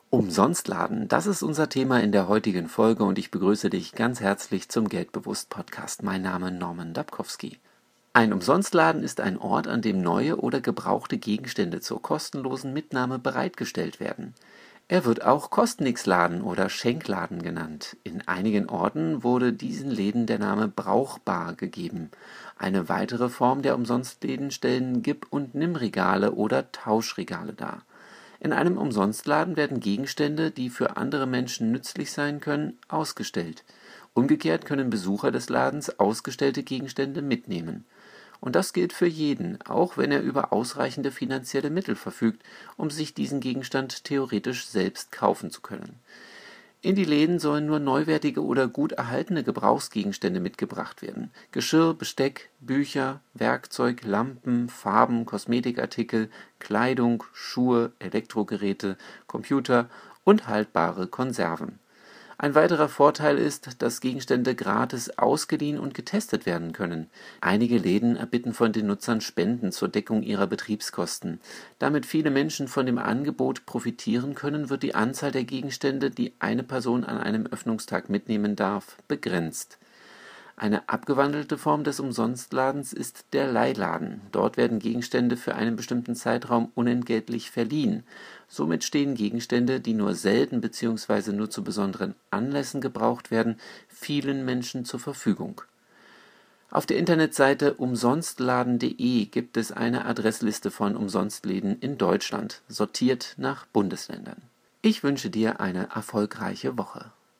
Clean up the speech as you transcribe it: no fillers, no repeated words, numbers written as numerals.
Umsonstladen, das ist unser Thema in der heutigen Folge und ich begrüße dich ganz herzlich zum Geldbewusst-Podcast. Mein Name Norman Dabkowski. Ein Umsonstladen ist ein Ort, an dem neue oder gebrauchte Gegenstände zur kostenlosen Mitnahme bereitgestellt werden. Er wird auch Kostnix-Laden oder Schenkladen genannt. In einigen Orten wurde diesen Läden der Name Brauchbar gegeben. Eine weitere Form der Umsonstläden stellen Gib- und Nimmregale oder Tauschregale dar. In einem Umsonstladen werden Gegenstände, die für andere Menschen nützlich sein können, ausgestellt. Umgekehrt können Besucher des Ladens ausgestellte Gegenstände mitnehmen. Und das gilt für jeden, auch wenn er über ausreichende finanzielle Mittel verfügt, um sich diesen Gegenstand theoretisch selbst kaufen zu können. In die Läden sollen nur neuwertige oder gut erhaltene Gebrauchsgegenstände mitgebracht werden. Geschirr, Besteck, Bücher, Werkzeug, Lampen, Farben, Kosmetikartikel, Kleidung, Schuhe, Elektrogeräte, Computer und haltbare Konserven. Ein weiterer Vorteil ist, dass Gegenstände gratis ausgeliehen und getestet werden können. Einige Läden erbitten von den Nutzern Spenden zur Deckung ihrer Betriebskosten. Damit viele Menschen von dem Angebot profitieren können, wird die Anzahl der Gegenstände, die eine Person an einem Öffnungstag mitnehmen darf, begrenzt. Eine abgewandelte Form des Umsonstladens ist der Leihladen. Dort werden Gegenstände für einen bestimmten Zeitraum unentgeltlich verliehen. Somit stehen Gegenstände, die nur selten bzw. nur zu besonderen Anlässen gebraucht werden, vielen Menschen zur Verfügung. Auf der Internetseite umsonstladen.de gibt es eine Adressliste von Umsonstläden in Deutschland, sortiert nach Bundesländern. Ich wünsche dir eine erfolgreiche Woche.